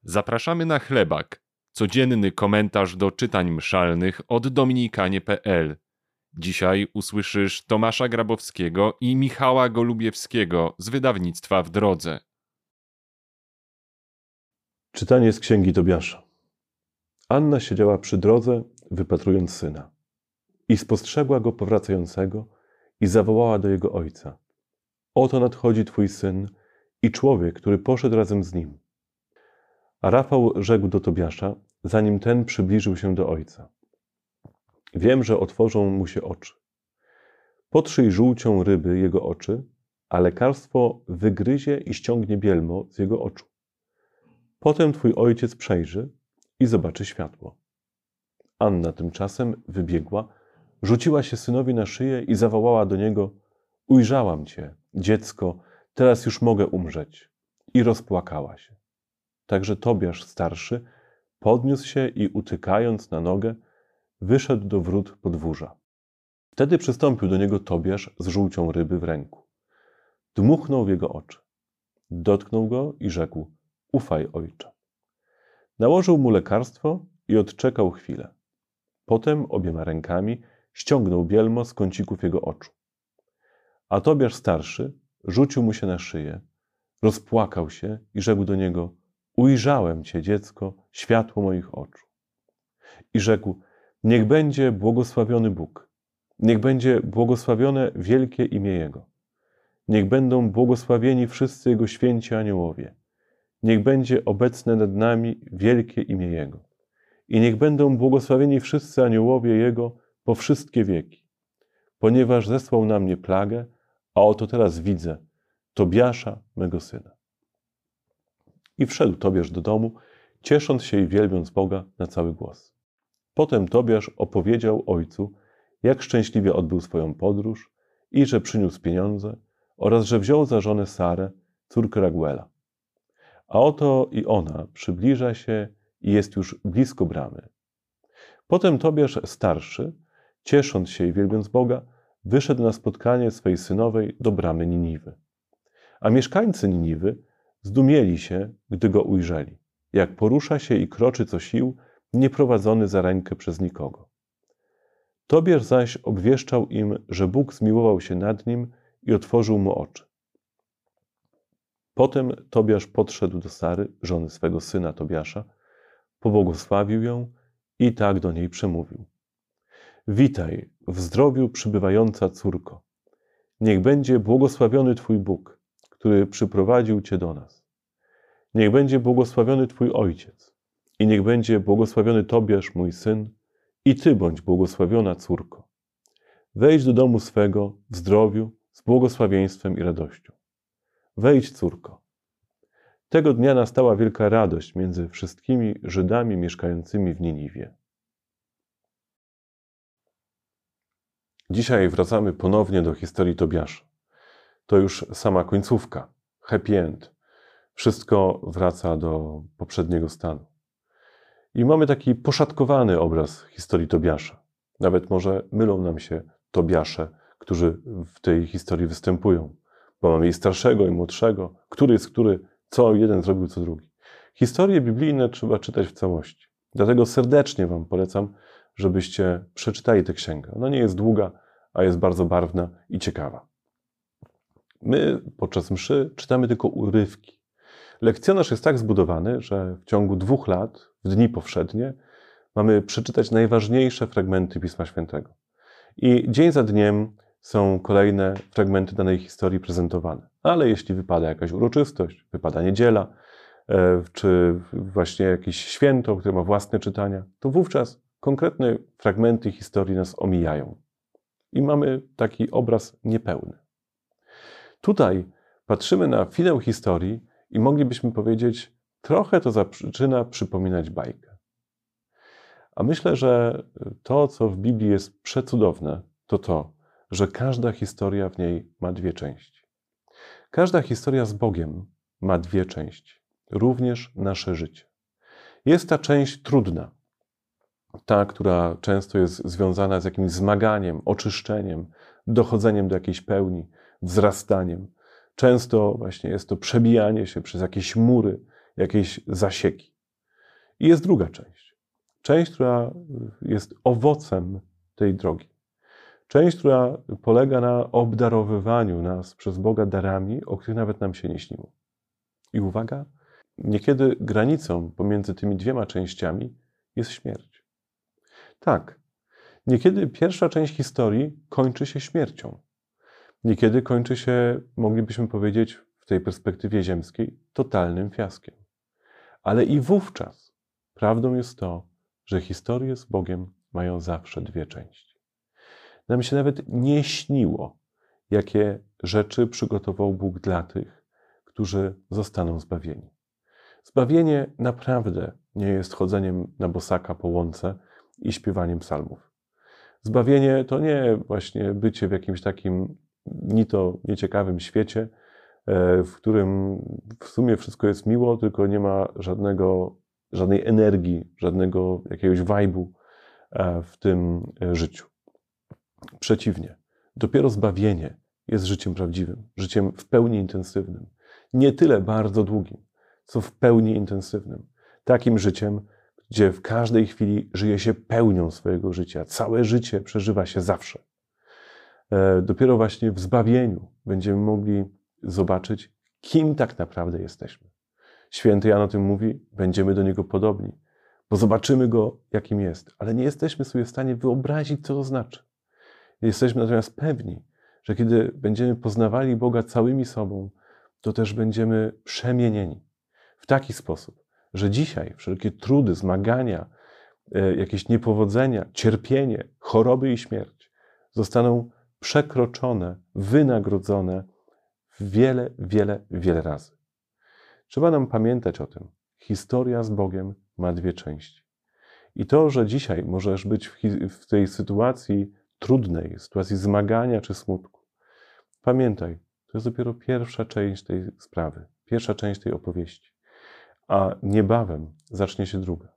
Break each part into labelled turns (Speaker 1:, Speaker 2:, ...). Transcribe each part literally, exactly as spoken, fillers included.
Speaker 1: Zapraszamy na Chlebak, codzienny komentarz do czytań mszalnych od dominikanie kropka pe el. Dzisiaj usłyszysz Tomasza Grabowskiego i Michała Golubiewskiego z wydawnictwa W Drodze.
Speaker 2: Czytanie z Księgi Tobiasza. Anna siedziała przy drodze, wypatrując syna. I spostrzegła go powracającego i zawołała do jego ojca. Oto nadchodzi twój syn i człowiek, który poszedł razem z nim. A Rafał rzekł do Tobiasza, zanim ten przybliżył się do ojca. Wiem, że otworzą mu się oczy. Potrzyj żółcią ryby jego oczy, a lekarstwo wygryzie i ściągnie bielmo z jego oczu. Potem twój ojciec przejrzy i zobaczy światło. Anna tymczasem wybiegła, rzuciła się synowi na szyję i zawołała do niego: Ujrzałam cię, dziecko, teraz już mogę umrzeć. I rozpłakała się. Także Tobiasz starszy podniósł się i utykając na nogę, wyszedł do wrót podwórza. Wtedy przystąpił do niego Tobiasz z żółcią ryby w ręku. Dmuchnął w jego oczy. Dotknął go i rzekł: Ufaj, ojcze. Nałożył mu lekarstwo i odczekał chwilę. Potem obiema rękami ściągnął bielmo z kącików jego oczu. A Tobiasz starszy rzucił mu się na szyję, rozpłakał się i rzekł do niego: Ujrzałem cię, dziecko, światło moich oczu. I rzekł: Niech będzie błogosławiony Bóg, niech będzie błogosławione wielkie imię Jego. Niech będą błogosławieni wszyscy Jego święci aniołowie. Niech będzie obecne nad nami wielkie imię Jego. I niech będą błogosławieni wszyscy aniołowie Jego po wszystkie wieki. Ponieważ zesłał na mnie plagę, a oto teraz widzę Tobiasza, mego syna. I wszedł Tobiasz do domu, ciesząc się i wielbiąc Boga na cały głos. Potem Tobiasz opowiedział ojcu, jak szczęśliwie odbył swoją podróż i że przyniósł pieniądze oraz że wziął za żonę Sarę, córkę Raguela. A oto i ona przybliża się i jest już blisko bramy. Potem Tobiasz starszy, ciesząc się i wielbiąc Boga, wyszedł na spotkanie swej synowej do bramy Niniwy. A mieszkańcy Niniwy zdumieli się, gdy go ujrzeli, jak porusza się i kroczy co sił, nieprowadzony za rękę przez nikogo. Tobiasz zaś obwieszczał im, że Bóg zmiłował się nad nim i otworzył mu oczy. Potem Tobiasz podszedł do Sary, żony swego syna Tobiasza, pobłogosławił ją i tak do niej przemówił. Witaj, w zdrowiu przybywająca córko. Niech będzie błogosławiony Twój Bóg, który przyprowadził Cię do nas. Niech będzie błogosławiony Twój ojciec i niech będzie błogosławiony Tobiasz, mój syn, i Ty bądź błogosławiona córko. Wejdź do domu swego w zdrowiu, z błogosławieństwem i radością. Wejdź, córko. Tego dnia nastała wielka radość między wszystkimi Żydami mieszkającymi w Niniwie. Dzisiaj wracamy ponownie do historii Tobiasza. To już sama końcówka, happy end. Wszystko wraca do poprzedniego stanu. I mamy taki poszatkowany obraz historii Tobiasza. Nawet może mylą nam się Tobiasze, którzy w tej historii występują. Bo mamy i starszego, i młodszego. Który jest który, co jeden zrobił, co drugi. Historie biblijne trzeba czytać w całości. Dlatego serdecznie Wam polecam, żebyście przeczytali tę księgę. Ona nie jest długa, a jest bardzo barwna i ciekawa. My podczas mszy czytamy tylko urywki. Lekcjonarz jest tak zbudowany, że w ciągu dwóch lat, w dni powszednie, mamy przeczytać najważniejsze fragmenty Pisma Świętego. I dzień za dniem są kolejne fragmenty danej historii prezentowane. Ale jeśli wypada jakaś uroczystość, wypada niedziela, czy właśnie jakieś święto, które ma własne czytania, to wówczas konkretne fragmenty historii nas omijają. I mamy taki obraz niepełny. Tutaj patrzymy na finał historii i moglibyśmy powiedzieć, trochę to zaczyna przypominać bajkę. A myślę, że to, co w Biblii jest przecudowne, to to, że każda historia w niej ma dwie części. Każda historia z Bogiem ma dwie części, również nasze życie. Jest ta część trudna, ta, która często jest związana z jakimś zmaganiem, oczyszczeniem, dochodzeniem do jakiejś pełni, wzrastaniem. Często właśnie jest to przebijanie się przez jakieś mury, jakieś zasieki. I jest druga część. Część, która jest owocem tej drogi. Część, która polega na obdarowywaniu nas przez Boga darami, o których nawet nam się nie śniło. I uwaga, niekiedy granicą pomiędzy tymi dwiema częściami jest śmierć. Tak, niekiedy pierwsza część historii kończy się śmiercią. Niekiedy kończy się, moglibyśmy powiedzieć, w tej perspektywie ziemskiej, totalnym fiaskiem. Ale i wówczas prawdą jest to, że historie z Bogiem mają zawsze dwie części. Nam się nawet nie śniło, jakie rzeczy przygotował Bóg dla tych, którzy zostaną zbawieni. Zbawienie naprawdę nie jest chodzeniem na bosaka po łące i śpiewaniem psalmów. Zbawienie to nie właśnie bycie w jakimś takim ni to nieciekawym świecie, w którym w sumie wszystko jest miło, tylko nie ma żadnego, żadnej energii, żadnego jakiegoś wajbu w tym życiu. Przeciwnie, dopiero zbawienie jest życiem prawdziwym, życiem w pełni intensywnym. Nie tyle bardzo długim, co w pełni intensywnym. Takim życiem, gdzie w każdej chwili żyje się pełnią swojego życia. Całe życie przeżywa się zawsze. Dopiero właśnie w zbawieniu będziemy mogli zobaczyć, kim tak naprawdę jesteśmy. Święty Jan o tym mówi, będziemy do Niego podobni, bo zobaczymy Go, jakim jest, ale nie jesteśmy sobie w stanie wyobrazić, co to znaczy. Jesteśmy natomiast pewni, że kiedy będziemy poznawali Boga całymi sobą, to też będziemy przemienieni w taki sposób, że dzisiaj wszelkie trudy, zmagania, jakieś niepowodzenia, cierpienie, choroby i śmierć zostaną przekroczone, wynagrodzone wiele, wiele, wiele razy. Trzeba nam pamiętać o tym. Historia z Bogiem ma dwie części. I to, że dzisiaj możesz być w, w tej sytuacji trudnej, sytuacji zmagania czy smutku, pamiętaj, to jest dopiero pierwsza część tej sprawy, pierwsza część tej opowieści. A niebawem zacznie się druga.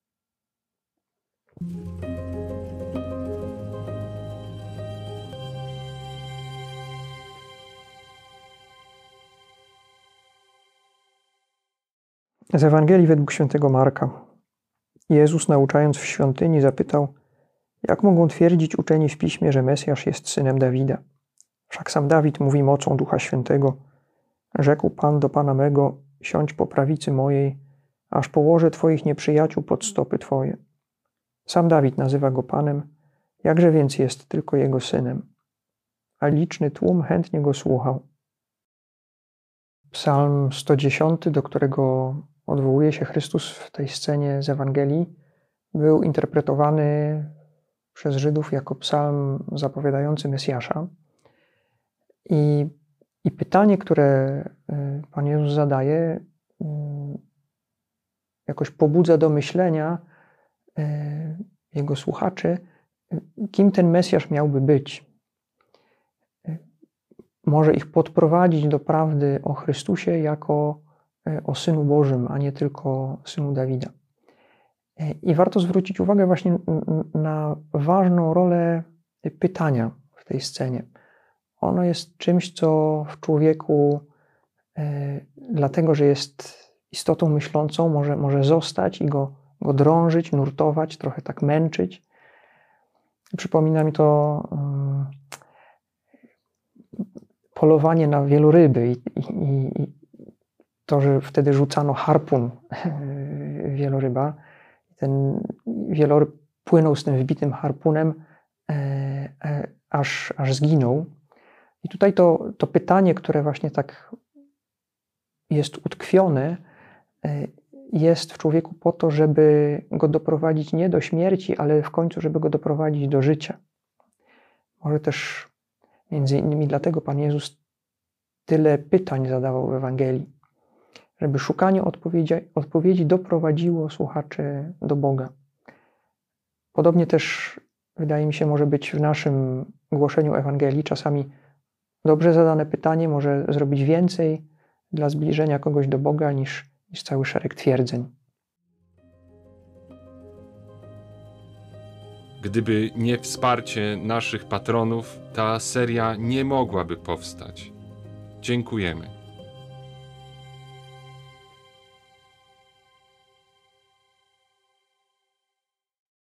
Speaker 3: Z Ewangelii według świętego Marka. Jezus, nauczając w świątyni, zapytał, jak mogą twierdzić uczeni w Piśmie, że Mesjasz jest synem Dawida? Wszak sam Dawid mówi mocą Ducha Świętego. Rzekł Pan do Pana mego, siądź po prawicy mojej, aż położę Twoich nieprzyjaciół pod stopy Twoje. Sam Dawid nazywa go Panem, jakże więc jest tylko jego synem? A liczny tłum chętnie go słuchał. Psalm sto dziesiąty, do którego odwołuje się Chrystus w tej scenie z Ewangelii, był interpretowany przez Żydów jako psalm zapowiadający Mesjasza. I, i pytanie, które Pan Jezus zadaje, jakoś pobudza do myślenia jego słuchaczy, kim ten Mesjasz miałby być. Może ich podprowadzić do prawdy o Chrystusie jako o Synu Bożym, a nie tylko Synu Dawida. I warto zwrócić uwagę właśnie na ważną rolę pytania w tej scenie. Ono jest czymś, co w człowieku, dlatego że jest istotą myślącą, może, może zostać i go, go drążyć, nurtować, trochę tak męczyć. Przypomina mi to um, polowanie na wieloryby i, i, i to, że wtedy rzucano harpun wieloryba. Ten wieloryb płynął z tym wbitym harpunem, e, e, aż, aż zginął. I tutaj to, to pytanie, które właśnie tak jest utkwione, e, jest w człowieku po to, żeby go doprowadzić nie do śmierci, ale w końcu, żeby go doprowadzić do życia. Może też między innymi dlatego Pan Jezus tyle pytań zadawał w Ewangelii, żeby szukanie odpowiedzi, odpowiedzi doprowadziło słuchaczy do Boga. Podobnie też, wydaje mi się, może być w naszym głoszeniu Ewangelii. Czasami dobrze zadane pytanie może zrobić więcej dla zbliżenia kogoś do Boga niż, niż cały szereg twierdzeń.
Speaker 1: Gdyby nie wsparcie naszych patronów, ta seria nie mogłaby powstać. Dziękujemy.